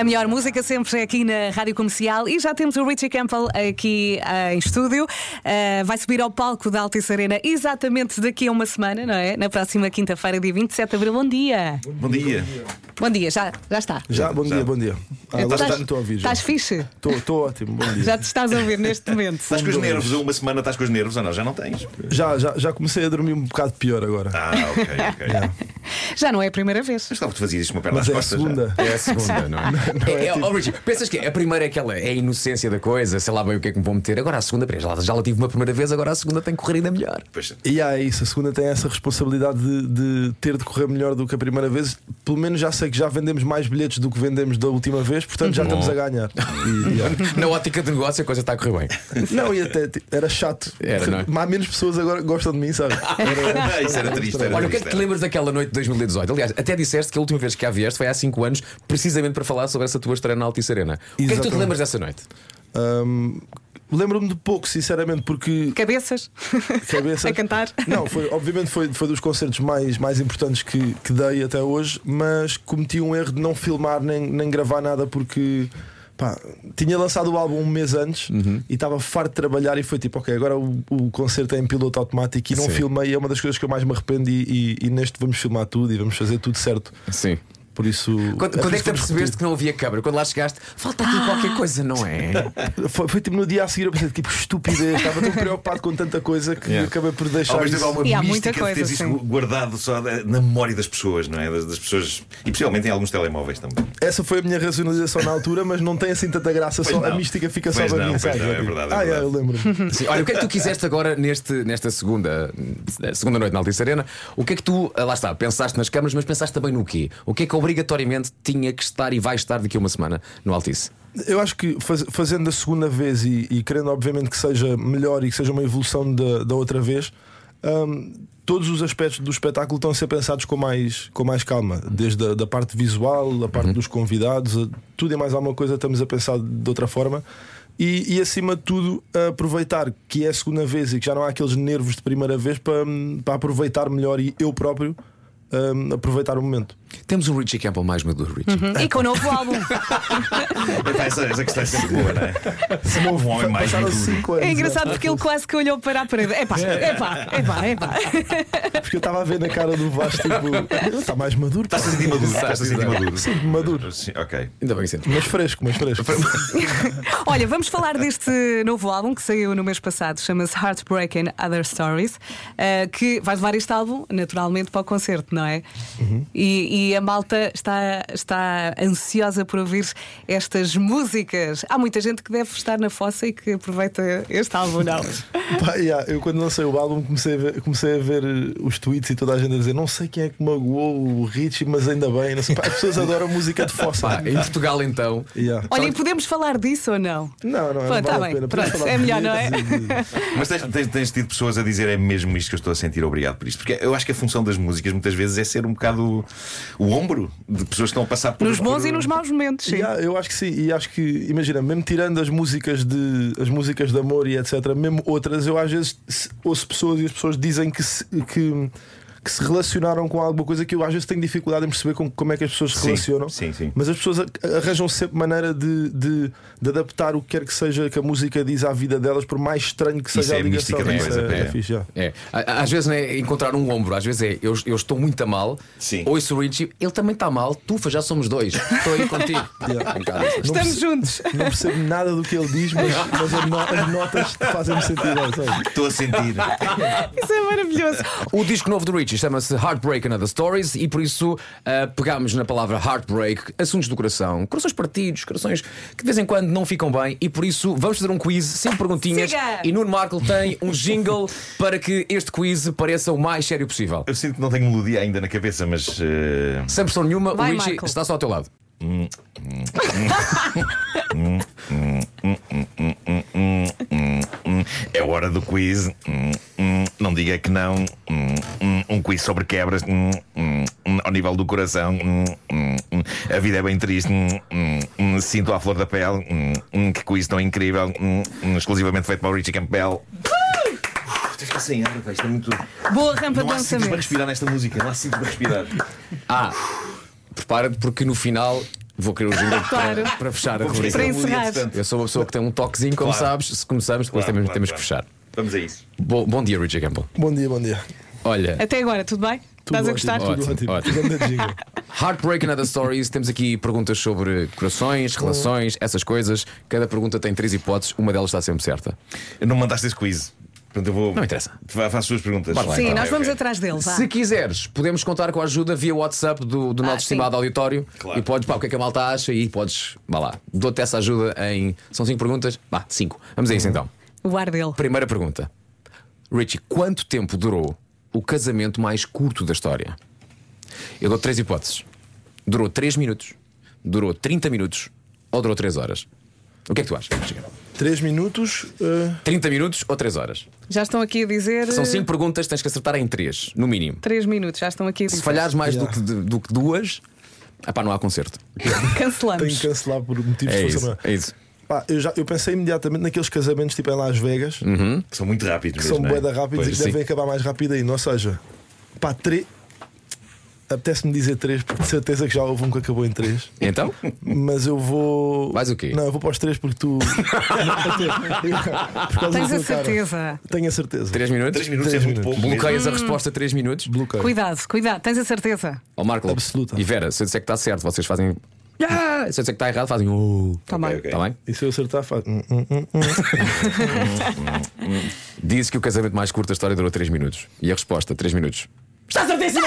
A melhor música sempre aqui na Rádio Comercial. E já temos o Richie Campbell aqui em estúdio. Vai subir ao palco da Altice Arena exatamente daqui a uma semana, não é? Na próxima quinta-feira, dia 27 de abril. Bom dia. Bom dia. Bom dia, já está. Bom dia. Agora estou a ouvir. Estás fixe? Estou ótimo, bom dia. Já te estás a ouvir neste momento. Estás com os nervos, uma semana estás com os nervos ou não? Já não tens? Já comecei a dormir um bocado pior agora. Ok. Já não é a primeira vez. Mas estava tu fazias isto com uma perna Mas às é a costas. segunda. É a segunda, não é? Richie, pensas que a primeira é aquela, é a inocência da coisa, sei lá bem o que é que me vou meter. Agora a segunda, já la tive uma primeira vez, agora a segunda tem que correr ainda melhor. Pois. E é isso, a segunda tem essa responsabilidade de ter de correr melhor do que a primeira vez. Pelo menos já sei que já vendemos mais bilhetes do que vendemos da última vez, portanto já estamos a ganhar. Na ótica de negócio a coisa está a correr bem. Não, e até era chato. Era, não é? Mas há menos pessoas agora que gostam de mim, sabe? Isso era triste. Olha, o que é que te lembras daquela noite de 2018? Aliás, até disseste que a última vez que cá vieste foi há 5 anos, precisamente para falar sobre essa tua estreia na Altice Arena. O que é que tu te lembras dessa noite? Lembro-me de pouco, sinceramente, porque Cabeças a cantar. Não, obviamente foi dos concertos mais importantes que dei até hoje, mas cometi um erro de não filmar nem gravar nada porque tinha lançado o álbum um mês antes e estava farto de trabalhar e foi tipo, ok, agora o concerto é em piloto automático e não filmei. É uma das coisas que eu mais me arrependo e neste vamos filmar tudo e vamos fazer tudo certo. Sim. Por isso. Quando é que tu percebeste que não havia câmara? Quando lá chegaste, falta aqui qualquer coisa, não é? Foi tipo no dia a seguir eu pensei, tipo, estupidez. Estava tão preocupado com tanta coisa que acabei por deixar. Mas teve alguma muita mística coisa, de teres isso guardado só na memória das pessoas, não é? Das pessoas, e possivelmente em alguns telemóveis também. Essa foi a minha racionalização na altura, mas não tem assim tanta graça. Pois só não. a mística fica Pois só para não, mim, pois sabe? não, é verdade, é verdade. Eu lembro-me. Sim, olha, o que é que tu quiseste agora nesta segunda noite na Altice Arena? O que é que tu, lá está, pensaste nas câmaras, mas pensaste também no quê? O que é que obrigatoriamente tinha que estar e vai estar daqui a uma semana no Altice? Eu acho que fazendo a segunda vez e querendo obviamente que seja melhor e que seja uma evolução da outra vez, todos os aspectos do espetáculo estão a ser pensados com mais calma. Desde da parte visual, a parte dos convidados, tudo e mais alguma coisa estamos a pensar de outra forma. E acima de tudo aproveitar que é a segunda vez e que já não há aqueles nervos de primeira vez para aproveitar melhor e eu próprio aproveitar o momento. Temos um Richie Campbell mais maduro, Richie. E com o novo álbum. Essa questão é sempre boa, não é? Se não houve um homem mais Passaram maduro. 5 anos. É engraçado porque ele quase que olhou para a parede. Epá. Porque eu estava a ver na cara do Vasco, tipo, está mais maduro. Estás a sentir maduro? Estás a sentir maduro? Sim, maduro. Sim, ok. Ainda bem que sentes. Mas fresco. Olha, vamos falar deste novo álbum que saiu no mês passado, chama-se Heartbreak and Other Stories, que vai levar este álbum naturalmente para o concerto, não é? E a malta está ansiosa por ouvir estas músicas. Há muita gente que deve estar na fossa e que aproveita este álbum, não? Eu quando lancei o álbum comecei a ver os tweets e toda a gente a dizer: não sei quem é que magoou o Richie, mas ainda bem. Não sei, as pessoas adoram música de fossa. Em Portugal então. Olha, e podemos falar disso ou não? Não Tá vale bem, a pena. pronto, é melhor, não é? Mas tens tido pessoas a dizer: é mesmo isto que eu estou a sentir, obrigado por isto. Porque eu acho que a função das músicas muitas vezes é ser um bocado o ombro de pessoas que estão a passar por nos bons e nos maus momentos, sim. Eu acho que sim, e acho que, imagina, mesmo tirando as músicas de amor e etc., mesmo outras, eu às vezes ouço pessoas e as pessoas dizem que se relacionaram com alguma coisa que eu às vezes tenho dificuldade em perceber como é que as pessoas se relacionam. Sim. Mas as pessoas arranjam sempre maneira de adaptar o que quer que seja que a música diz à vida delas, por mais estranho que seja a ligação. A mística da coisa. Fixe, já. Às vezes não é encontrar um ombro, às vezes é eu estou muito a mal, ouço o Richie, ele também está mal, tufa, já somos dois, estou aí contigo. Estamos juntos. Não percebo nada do que ele diz, mas as notas fazem-me sentir bem, sabe? Estou a sentir. Isso é maravilhoso. O disco novo do Richie chama-se Heartbreak and Other Stories e por isso pegámos na palavra heartbreak, assuntos do coração, corações partidos, corações que de vez em quando não ficam bem, e por isso vamos fazer um quiz, 5 perguntinhas. Siga! E Nuno Marco tem um jingle para que este quiz pareça o mais sério possível. Eu sinto que não tenho melodia ainda na cabeça, mas sem pressão nenhuma, Vai, o Richie Marco. está só ao teu lado. é hora do quiz. Não diga que não. Um quiz sobre quebras ao nível do coração. A vida é bem triste. Sinto à flor da pele. Que quiz tão incrível. Exclusivamente feito para o Richie Campbell. Tens que ficar sem ar, isto é muito. Boa rampa Não de há sítio para lançamento. respirar nesta música. Não há sítio para respirar. Prepara-te porque no final Vou querer o jingle Claro. para fechar a Vamos rubrica. Para fazer um encerrar. dia, portanto. Eu sou uma pessoa que tem um toquezinho, como Claro. sabes. Se começamos, depois Claro, temos claro. que fechar. Vamos a isso. Bom dia, Richie Campbell. Bom dia, bom dia. Olha, Até agora, tudo bem? Tudo Estás a ótimo, gostar? Tudo Ótimo, ótimo. ótimo. Grande jingle. Heartbreak and Other Stories. Temos aqui perguntas sobre corações, relações, essas coisas. Cada pergunta tem 3 hipóteses, uma delas está sempre certa. Não mandaste esse quiz. Portanto, eu vou. Não interessa. Faço as suas perguntas. Bora lá, Sim, então. nós vamos Ok. atrás dele. Vá. Se quiseres, podemos contar com a ajuda via WhatsApp do nosso sim. estimado auditório. Claro. E podes, pá, o que é que a malta acha? E podes, vá lá, dou-te essa ajuda em. São 5 perguntas? Vá, 5. Vamos a isso então. O ar dele. Primeira pergunta: Richie, quanto tempo durou o casamento mais curto da história? Eu dou 3 hipóteses: durou 3 minutos, durou 30 minutos ou durou 3 horas? O que é que tu achas? 3 minutos. 30 minutos ou 3 horas? Já estão aqui a dizer. São 5 perguntas, tens que acertar em 3, no mínimo. 3 minutos, já estão aqui a dizer. Se falhares mais Yeah. do que 2, não há concerto. Cancelamos. Tenho que cancelar por motivos É de isso, força maior. é isso. Pá, eu pensei imediatamente naqueles casamentos tipo em Las Vegas, Que são muito rápidos. que são mesmo, não é? bué da rápidos Pois, e que devem sim. acabar mais rápido ainda. Ou seja, pá, 3. Apetece-me dizer 3, porque de certeza que já houve um que acabou em 3. Então? Mas eu vou. Vais o quê? Não, eu vou para os 3 porque tu. Por causa Tens do a teu cara. certeza. Tenho a certeza. 3 minutos? 3 minutos Três é muito minutos. pouco. Bloqueias mesmo. a resposta 3 minutos? Bloqueio. Cuidado, cuidado, tens a certeza. Ó Marco Absoluta. e Vera, se eu disser que está certo, vocês fazem. Yeah! Se eu disser que está errado, fazem. Tá bem. ok. Está bem? E se eu acertar, faz. Diz que o casamento mais curto da história durou 3 minutos. E a resposta, 3 minutos. Está certíssima!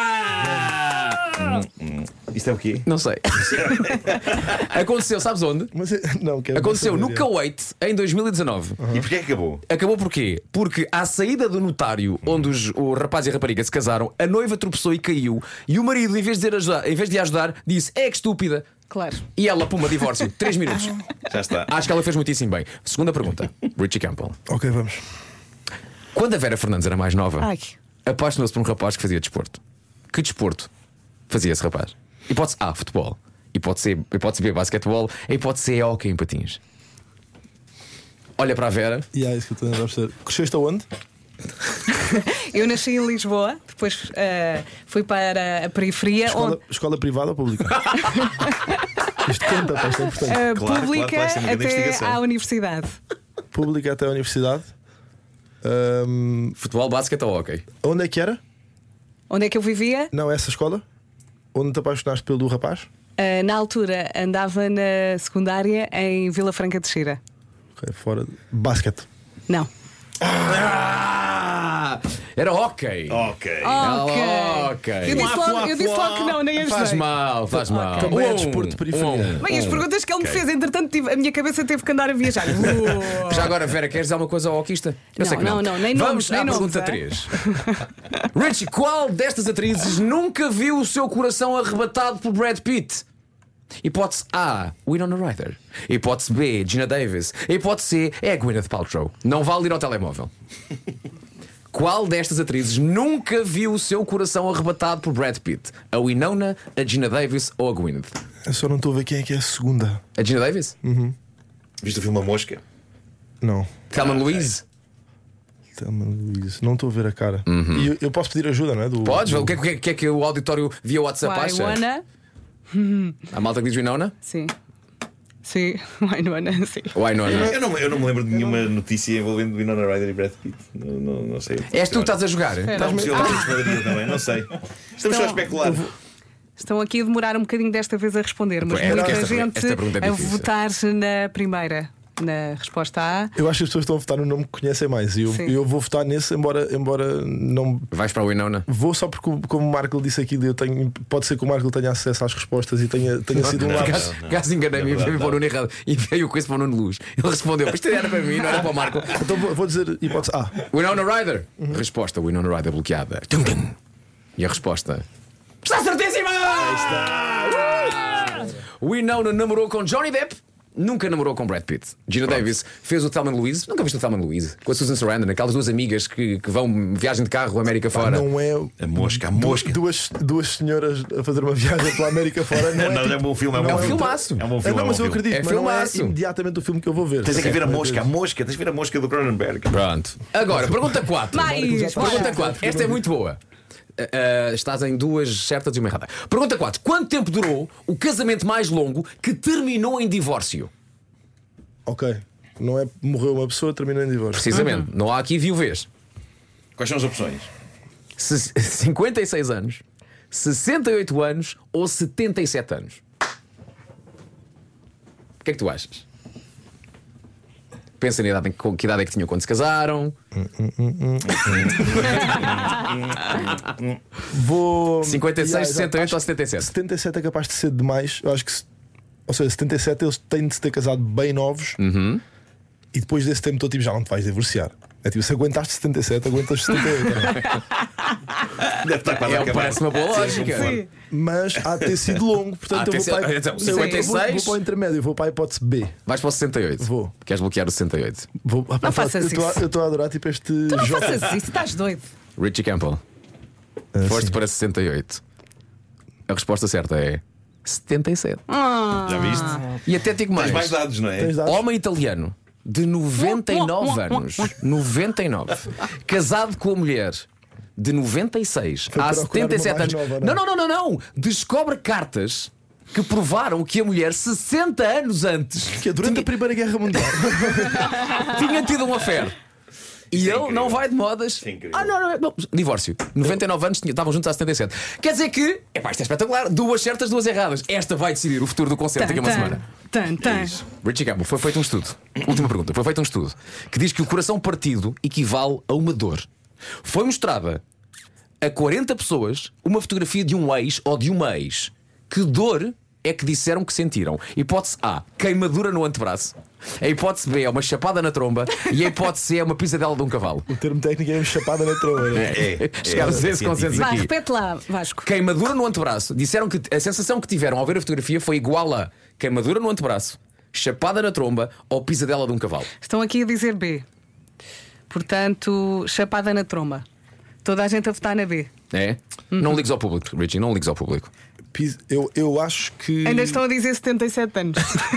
Isto é o quê? Não sei. Aconteceu, sabes onde? Mas não, quero Aconteceu saber. no Kuwait em 2019. E porquê é que acabou? Acabou porquê? Porque à saída do notário onde o rapaz e a rapariga se casaram, a noiva tropeçou e caiu. E o marido, em vez de ajudar, disse: é que estúpida. Claro. E ela, puma, divórcio. 3 minutos. Já está. Acho que ela fez muitíssimo bem. Segunda pergunta: Richie Campbell. Ok, vamos. Quando a Vera Fernandes era mais nova, Ai. apaixonou-se por um rapaz que fazia desporto. Que desporto fazia esse rapaz? Hipótese A, futebol. Hipótese B, basquetebol. A hipótese C é hóquei em patins. Olha para a Vera. E é isso que eu estou a perceber. Cresceste aonde? Eu nasci em Lisboa, depois fui para a periferia, Escola privada ou pública? Isto conta, pá, isto é importante. Claro, pública claro, isto é uma grande até investigação. à universidade. Pública até a universidade. Futebol, basquete ou hóquei? Onde é que era? Onde é que eu vivia? Não, essa escola? Onde te apaixonaste pelo rapaz? Na altura andava na secundária em Vila Franca de Xira. Ok, fora. Basquete. Não. Era hóquei. Ok. Ok. Eu disse logo que não, nem ajudei. Faz mal, faz mal. Também é desporto de periferia. Bem, as perguntas que ele me fez, entretanto, a minha cabeça teve que andar a viajar. Já agora, Vera, queres dizer alguma coisa ao hoquista? Eu Não, sei que não. não, nem Vamos nomes, nem à nomes, pergunta é? 3. Richie, qual destas atrizes nunca viu o seu coração arrebatado por Brad Pitt? Hipótese A, Winona Ryder. Hipótese B, Gina Davis. Hipótese C é a Gwyneth Paltrow. Não vale ir ao telemóvel. Qual destas atrizes nunca viu o seu coração arrebatado por Brad Pitt? A Winona, a Gina Davis ou a Gwyneth? Eu só não estou a ver quem é que é a segunda. A Gina Davis? Viste o filme A Mosca? Não. Thelma Louise? Thelma Louise. Não estou a ver a cara. E eu posso pedir ajuda, não é? Podes? O que é que o auditório via WhatsApp Why, acha? Winona? A malta que diz Winona? Sim. Sim, Winona, sim. Winona. Eu não me lembro de nenhuma notícia envolvendo Winona Ryder e Brad Pitt. Não sei. És tu que estás a jogar? Estás ele está em esquadrilha também, não sei. Estamos só a especular. Estão aqui a demorar um bocadinho desta vez a responder, mas É, porque muita esta gente pergunta é a difícil. votar na primeira. Na resposta A. Eu acho que as pessoas estão a votar no nome que conhecem mais. E Sim. eu vou votar nesse, embora não. Vais para a Winona? Vou só porque, como o Marco disse aquilo, pode ser que o Marco tenha acesso às respostas e tenha sido um lápis. Caso enganei-me e veio para o Nuno errado e veio com esse para o Nuno Luz. Ele respondeu: isto era para mim, não era para o Marco. Então vou dizer hipótese A. Winona Ryder. Resposta: Winona Ryder bloqueada. Tum, tum. E a resposta: está certíssima! Winona namorou com Johnny Depp. Nunca namorou com Brad Pitt. Gina Davis fez o Thelma Louise. Nunca viste o Thelma Louise? Com a Susan Sarandon, aquelas duas amigas que vão viagem de carro América fora. Não é. A Mosca. Duas senhoras a fazer uma viagem pela América fora. Não, Não, é um bom filme. É um não bom é um filme. filmaço. É um bom filme. Não, mas eu filme. acredito, É mas não é filmaço. imediatamente o filme que eu vou ver. Tens é que ver a Mosca. Tens de ver a Mosca do Cronenberg. Pronto. Agora, pergunta 4. Mais, Pergunta 4. Esta é muito boa. Estás em 2 certas e uma errada. Pergunta 4. Quanto tempo durou o casamento mais longo que terminou em divórcio? Ok. Não é morreu uma pessoa, terminou em divórcio. Precisamente. Não há aqui viuvez. Quais são as opções? 56 anos, 68 anos ou 77 anos? O que é que tu achas? Pensa na idade que idade é que tinham quando se casaram. Vou 56, 68 ou 77? 77 é capaz de ser demais. Eu acho que ou seja, 77 eles têm de se ter casado bem novos. E depois desse tempo todo, tipo, já não te vais divorciar. É tipo, se aguentaste 77, aguentas 78. Deve estar quase a acabar. Parece uma boa lógica. Sim. Mas há de ter sido longo, portanto eu vou para, então, eu 56. vou para o intermédio, vou para a hipótese B. Vais para o 68. Vou. Queres bloquear o 68? Vou, Não faças isso. eu estou a adorar tipo este Tu não jogo. faças isso, estás doido. Richie Campbell, foste para 68. A resposta certa é 77. Já viste? E até digo Tens mais mais. dados, não é? Tens dados? Homem italiano de 99 anos, 99, casado com a mulher de 96 Foi há procurar uma 77 mais anos. nova, não? Não. Descobre cartas que provaram que a mulher, 60 anos antes, Que é durante a Primeira Guerra Mundial. tinha tido um affair. E ele incrível. não vai de modas. Isso é incrível. Não. Divórcio. 99 anos, estavam juntos há 77. Quer dizer que, isto é espetacular. 2 certas, 2 erradas. Esta vai decidir o futuro do concerto daqui a uma semana. Richie Campbell, foi feito um estudo. Última pergunta. Foi feito um estudo que diz que o coração partido equivale a uma dor. Foi mostrada a 40 pessoas uma fotografia de um ex ou de uma ex. Que dor é que disseram que sentiram? Hipótese A, queimadura no antebraço. A hipótese B é uma chapada na tromba. E a hipótese C é uma pisadela de um cavalo. O termo técnico é uma chapada na tromba. Chegámos a esse consenso Vai, aqui. repete lá, Vasco. Queimadura no antebraço. Disseram que a sensação que tiveram ao ver a fotografia foi igual a queimadura no antebraço, chapada na tromba ou pisadela de um cavalo. Estão aqui a dizer B. Portanto, chapada na tromba. Toda a gente a votar na B. É? Não ligues ao público, Richie, não ligues ao público. Eu acho que. Ainda estão a dizer 77 anos.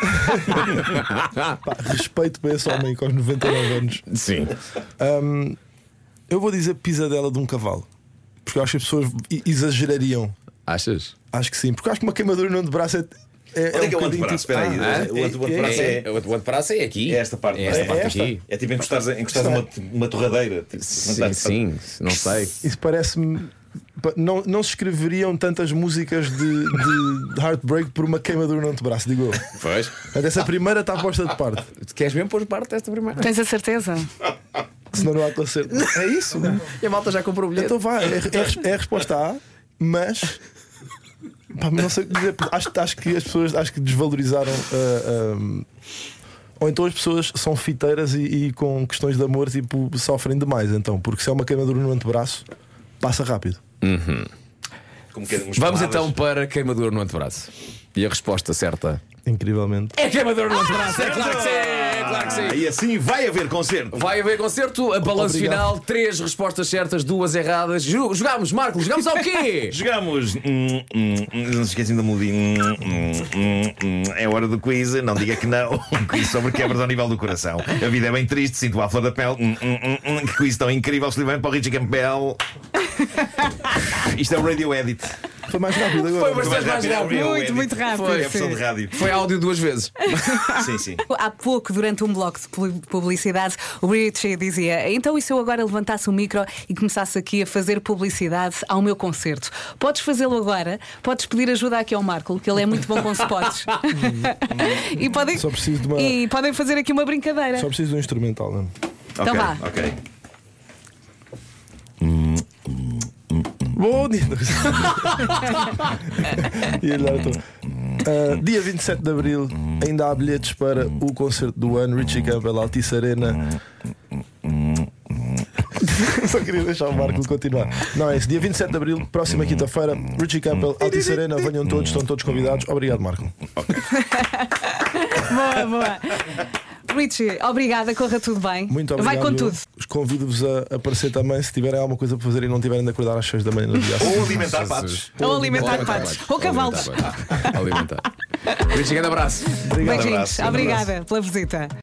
Pá, respeito para esse homem com os 99 anos. Sim. Eu vou dizer pisadela de um cavalo. Porque eu acho que as pessoas exagerariam. Achas? Acho que sim. Porque eu acho que uma queimadura no antebraço Onde é que é o bocadinho antebraço? Espera aí. O antebraço é. O antebraço é aqui. É esta parte. É esta parte esta? aqui. É tipo encostares uma torradeira. Tipo, Sim, não sei. Isso parece-me. Não se escreveriam tantas músicas de Heartbreak por uma queimadura no antebraço, digo eu. Pois. Portanto, essa primeira está posta de parte. Queres mesmo pôr parte desta primeira? Tens a certeza? Senão não há concerto. É isso. E a malta já comprou o bilhete. Então vai, é a resposta A, mas. Pá, não sei o que dizer. Acho que as pessoas desvalorizaram. Ou então as pessoas são fiteiras e com questões de amor tipo, sofrem demais. Então, porque se é uma queimadura no antebraço, passa rápido. Como que é, umas Vamos paladas. então para queimadura no antebraço. E a resposta certa Incrivelmente. é queimadura no antebraço. É claro que sim, é claro que sim. E assim vai haver concerto. Vai haver concerto, a balanço Obrigado. final, 3 respostas certas, 2 erradas. Jogámos, Marco, jogámos ao quê? Jogamos. Não se esquecem da melodia. É hora do quiz. Não diga que não. Um quiz sobre quebras ao nível do coração. A vida é bem triste, sinto à flor da pele. Que quiz tão incrível. Escrevendo para o Richie Campbell. Isto é o Radio Edit. Foi mais rápido agora. Foi bastante mais rápido. É o Muito, Edit. muito rápido, Foi a sim. versão de rádio. Foi áudio 2 vezes. Sim, sim. Há pouco, durante um bloco de publicidade, o Richie dizia: então, e se eu agora levantasse o micro e começasse aqui a fazer publicidade ao meu concerto? Podes fazê-lo agora, podes pedir ajuda aqui ao Marco, que ele é muito bom com spots. E podem, Só preciso de uma- e podem fazer aqui uma brincadeira. Só preciso de um instrumental, não? Então Ok, vá. ok. Bom dia. Dia 27 de Abril, ainda há bilhetes para o concerto do ano, Richie Campbell, Altice Arena. Só queria deixar o Marco continuar. Não, é esse. Dia 27 de Abril, próxima quinta-feira, Richie Campbell, Altice Arena. Venham todos, estão todos convidados. Obrigado, Marco. Boa, boa. Richie, obrigada, corra tudo bem. Muito obrigado. Vai com tudo. Convido-vos a aparecer também se tiverem alguma coisa para fazer e não tiverem de acordar às 6 da manhã no dia. Ou alimentar patos. Ou alimentar patos. Ou cavalos. Alimentar. Richie, grande abraço. Obrigado. Beijinhos. abraço, grande Obrigada pela visita.